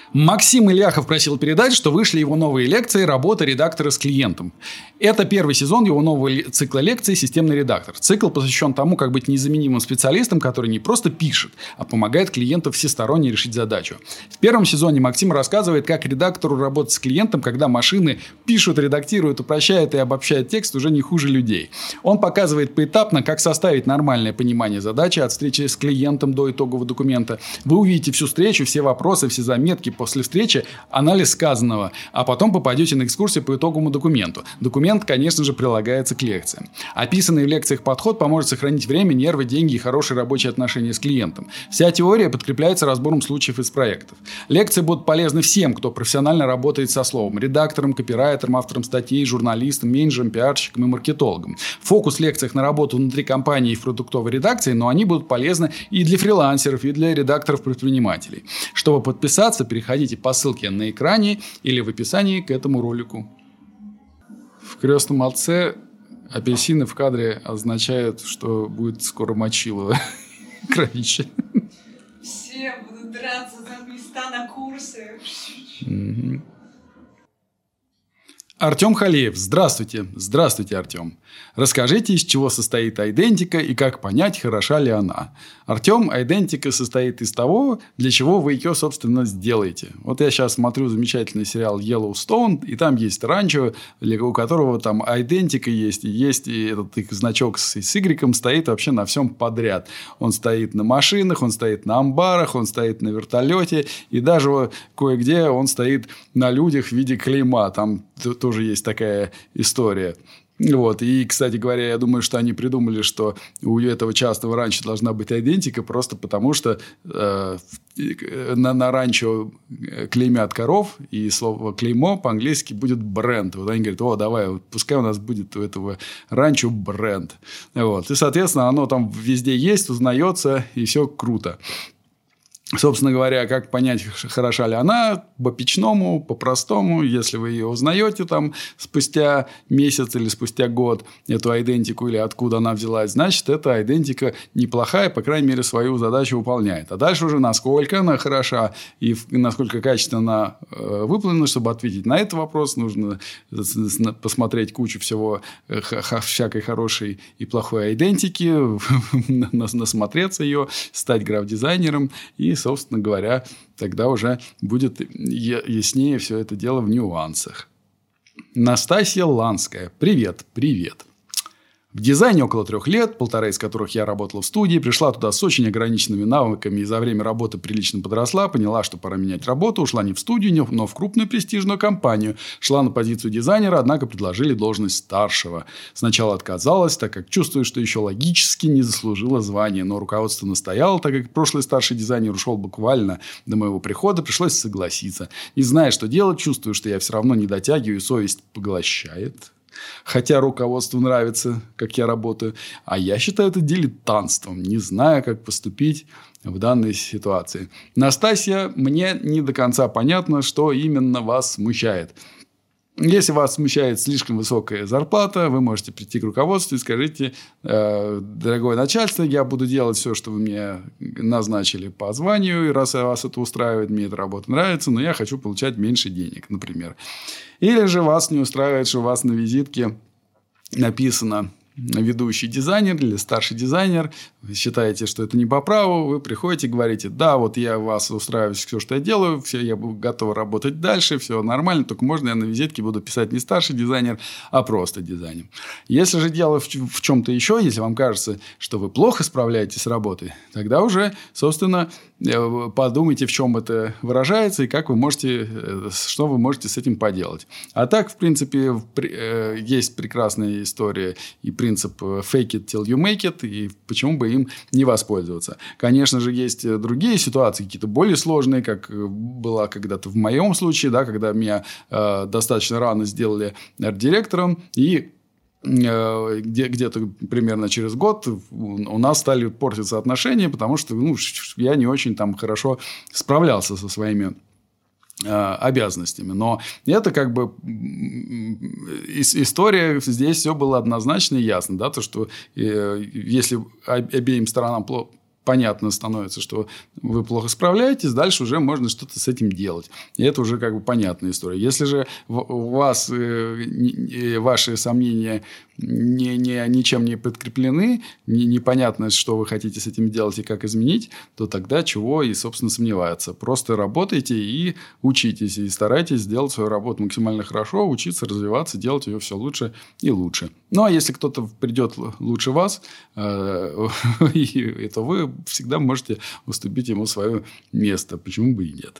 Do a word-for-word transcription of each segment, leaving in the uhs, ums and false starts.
Максим Ильяхов просил передать, что вышли его новые лекции «Работа редактора с клиентом». Это первый сезон его нового цикла лекций «Системный редактор». Цикл посвящен тому, как быть незаменимым специалистом, который не просто пишет, а помогает клиенту всесторонне решить задачу. В первом сезоне Максим рассказывает, как редактору работать с клиентом, когда машины пишут, редактируют, упрощают и обобщают текст уже не хуже людей. Он показывает поэтапно, как составить нормальное понимание задачи от встречи с клиентом до итогового документа. Вы увидите всю встречу, все вопросы, все заметки, после встречи анализ сказанного, а потом попадете на экскурсию по итоговому документу. Документ, конечно же, прилагается к лекциям. Описанный в лекциях подход поможет сохранить время, нервы, деньги и хорошие рабочие отношения с клиентом. Вся теория подкрепляется разбором случаев из проектов. Лекции будут полезны всем, кто профессионально работает со словом: редактором, копирайтером, автором статей, журналистом, менеджером, пиарщиком и маркетологом. Фокус в лекциях на работу внутри компании и в продуктовой редакции, но они будут полезны и для фрилансеров, и для редакторов-предпринимателей. Чтобы подписаться, переходите Переходите по ссылке на экране или в описании к этому ролику. В «Крестном отце» апельсины в кадре означают, что будет скоро мочилово кровище. Все будут драться за места на курсы. Mm-hmm. Артем Халеев. Здравствуйте. Здравствуйте, Артем. Расскажите, из чего состоит айдентика и как понять, хороша ли она. Артем, айдентика состоит из того, для чего вы ее, собственно, сделаете. Вот я сейчас смотрю замечательный сериал Yellowstone, и там есть ранчо, у которого там айдентика есть, и есть и этот их значок с, с Y стоит вообще на всем подряд. Он стоит на машинах, он стоит на амбарах, он стоит на вертолете, и даже кое-где он стоит на людях в виде клейма. Там тоже есть такая история. Вот. И, кстати говоря, я думаю, что они придумали, что у этого частного ранчо должна быть айдентика, просто потому что э, на, на ранчо клеймят коров, и слово клеймо по-английски будет бренд. Вот они говорят: о, давай, вот, пускай у нас будет у этого ранчо бренд. Вот. И, соответственно, оно там везде есть, узнается, и все круто. Собственно говоря, как понять, хороша ли она, по-печному, по-простому, если вы ее узнаете там спустя месяц или спустя год, эту айдентику или откуда она взялась, значит, эта айдентика неплохая, по крайней мере, свою задачу выполняет. А дальше уже насколько она хороша и насколько качественно она выполнена, чтобы ответить на этот вопрос, нужно посмотреть кучу всего, всякой хорошей и плохой айдентики, насмотреться ее, стать граф-дизайнером и, собственно говоря, тогда уже будет яснее все это дело в нюансах. Настасья Ланская. Привет, привет. В дизайне около трех лет, полтора из которых я работала в студии, пришла туда с очень ограниченными навыками и за время работы прилично подросла, поняла, что пора менять работу, ушла не в студию, но в крупную престижную компанию. Шла на позицию дизайнера, однако предложили должность старшего. Сначала отказалась, так как чувствую, что еще логически не заслужила звание, но руководство настояло, так как прошлый старший дизайнер ушел буквально до моего прихода, пришлось согласиться. Не зная, что делать, чувствую, что я все равно не дотягиваю, и совесть поглощает. Хотя руководству нравится, как я работаю. А я считаю это дилетантством, не зная, как поступить в данной ситуации. Настасья, мне не до конца понятно, что именно вас смущает. Если вас смущает слишком высокая зарплата, вы можете прийти к руководству и скажите: дорогое начальство, я буду делать все, что вы мне назначили по званию, и раз вас это устраивает, мне эта работа нравится, но я хочу получать меньше денег, например. Или же вас не устраивает, что у вас на визитке написано ведущий дизайнер или старший дизайнер, вы считаете, что это не по праву, вы приходите и говорите: да, вот я вас устраиваю, все, что я делаю, все, я готов работать дальше, все нормально, только можно я на визитке буду писать не старший дизайнер, а просто дизайнер. Если же дело в, в чем-то еще, если вам кажется, что вы плохо справляетесь с работой, тогда уже, собственно, подумайте, в чем это выражается и как вы можете, что вы можете с этим поделать. А так, в принципе, есть прекрасная история и принцип fake it till you make it, и почему бы им не воспользоваться. Конечно же, есть другие ситуации, какие-то более сложные, как была когда-то в моем случае, да, когда меня э, достаточно рано сделали арт-директором, и Где, где-то примерно через год у нас стали портиться отношения, потому что ну, я не очень там хорошо справлялся со своими обязанностями. Но это как бы история, здесь все было однозначно и ясно. Да? То, что если обеим сторонам понятно становится, что вы плохо справляетесь, дальше уже можно что-то с этим делать. И это уже как бы понятная история. Если же у вас э, ваши сомнения не, не, ничем не подкреплены, не, непонятно, что вы хотите с этим делать и как изменить, то тогда чего и, собственно, сомневаться. Просто работайте и учитесь, и старайтесь сделать свою работу максимально хорошо, учиться, развиваться, делать ее все лучше и лучше. Ну, а если кто-то придет лучше вас, э, то вы всегда можете уступить ему свое место. Почему бы и нет?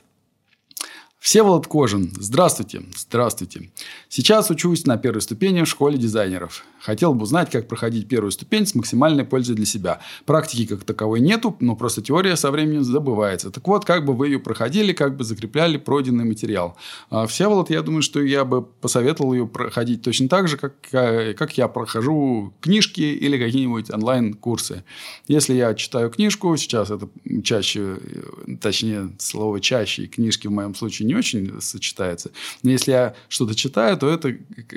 Всеволод Кожин. Здравствуйте. Здравствуйте. Сейчас учусь на первой ступени в школе дизайнеров. Хотел бы узнать, как проходить первую ступень с максимальной пользой для себя. Практики как таковой нету, но просто теория со временем забывается. Так вот, как бы вы ее проходили, как бы закрепляли пройденный материал. А Всеволод, я думаю, что я бы посоветовал ее проходить точно так же, как, как я прохожу книжки или какие-нибудь онлайн-курсы. Если я читаю книжку, сейчас это чаще, точнее, слово «чаще» и книжки в моем случае не очень сочетается. Но если я что-то читаю, то это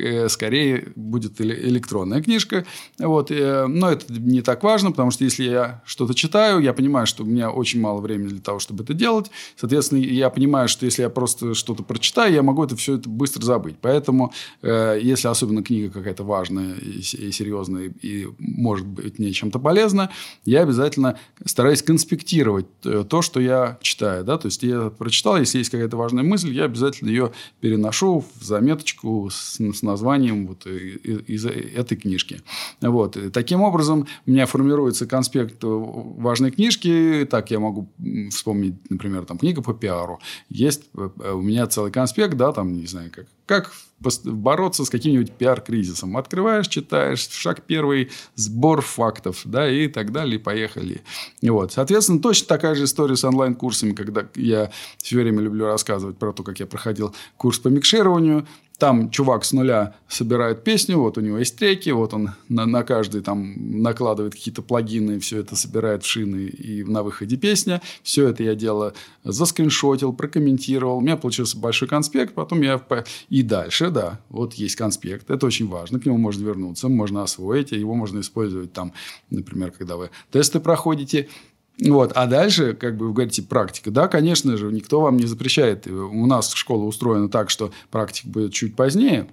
скорее будет электронная книжка. Вот. Но это не так важно, потому что если я что-то читаю, я понимаю, что у меня очень мало времени для того, чтобы это делать. Соответственно, я понимаю, что если я просто что-то прочитаю, я могу это все это быстро забыть. Поэтому, если особенно книга какая-то важная и серьезная, и может быть мне чем-то полезна, я обязательно стараюсь конспектировать то, что я читаю. Да? То есть, я прочитал, если есть какая-то важная мысль, я обязательно ее переношу в заметочку с, с названием вот из этой книжки. Вот. И таким образом у меня формируется конспект важной книжки. Так я могу вспомнить, например, там, книга по пиару. Есть у меня целый конспект, да, там, не знаю, как, как бороться с каким-нибудь пиар-кризисом. Открываешь, читаешь, шаг первый, сбор фактов, да, и так далее, и поехали. И вот. Соответственно, точно такая же история с онлайн-курсами, когда я все время люблю рассказывать про то, как я проходил курс по микшированию. Там чувак с нуля собирает песню, вот у него есть треки, вот он на, на каждый там накладывает какие-то плагины, все это собирает в шины, и на выходе песня. Все это я дело заскриншотил, прокомментировал. У меня получился большой конспект, потом я... И дальше, да, вот есть конспект. Это очень важно, к нему можно вернуться, можно освоить, его можно использовать там, например, когда вы тесты проходите. Вот. А дальше, как бы вы говорите, практика. Да, конечно же, никто вам не запрещает. У нас школа устроена так, что практика будет чуть позднее.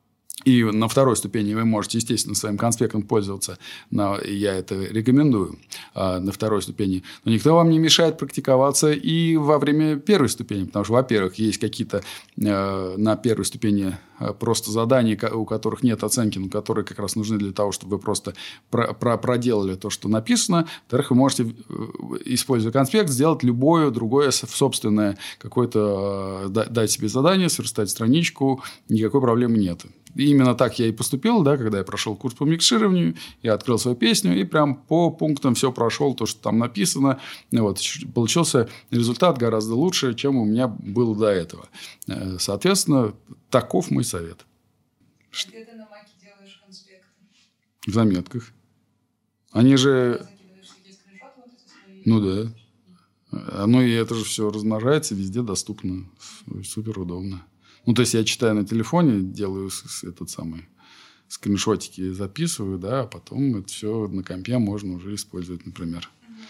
И на второй ступени вы можете, естественно, своим конспектом пользоваться. Но я это рекомендую а, на второй ступени. Но никто вам не мешает практиковаться и во время первой ступени. Потому что, во-первых, есть какие-то э, на первой ступени просто задания, у которых нет оценки, но которые как раз нужны для того, чтобы вы просто про- про- проделали то, что написано. Во-вторых, вы можете, используя конспект, сделать любое другое собственное какое-то, дать себе задание, сверстать страничку. Никакой проблемы нет. И именно так я и поступил, да, когда я прошел курс по микшированию, я открыл свою песню и прям по пунктам все прошел, то, что там написано. Вот. Получился результат гораздо лучше, чем у меня было до этого. Соответственно, таков мой совет. А где ты на маке делаешь конспекты? В заметках. Они же... Закидываешь такие скриншоты вот эти свои? Ну да. Ну и это же все размножается, везде доступно. Супер удобно. Ну, то есть, я читаю на телефоне, делаю этот самый скриншотики, записываю, да, а потом это все на компе можно уже использовать, например.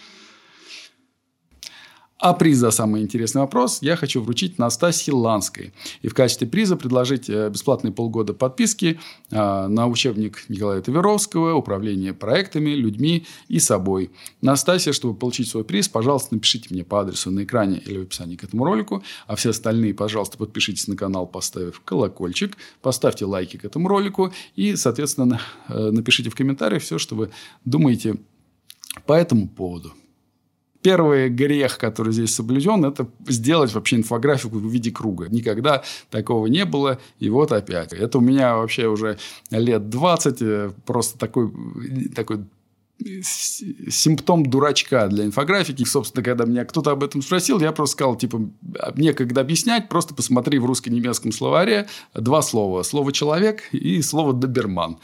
А приз за самый интересный вопрос я хочу вручить Настасье Ланской. И в качестве приза предложить бесплатные полгода подписки на учебник Николая Таверовского «Управление проектами, людьми и собой». Настасья, чтобы получить свой приз, пожалуйста, напишите мне по адресу на экране или в описании к этому ролику. А все остальные, пожалуйста, подпишитесь на канал, поставив колокольчик, поставьте лайки к этому ролику и, соответственно, напишите в комментариях все, что вы думаете по этому поводу. Первый грех, который здесь соблюден, это сделать вообще инфографику в виде круга. Никогда такого не было. И вот опять. Это у меня вообще уже лет двадцать. Просто такой, такой симптом дурачка для инфографики. Собственно, когда меня кто-то об этом спросил, я просто сказал, типа, некогда объяснять, просто посмотри в русско-немецком словаре два слова. Слово «человек» и слово «доберман».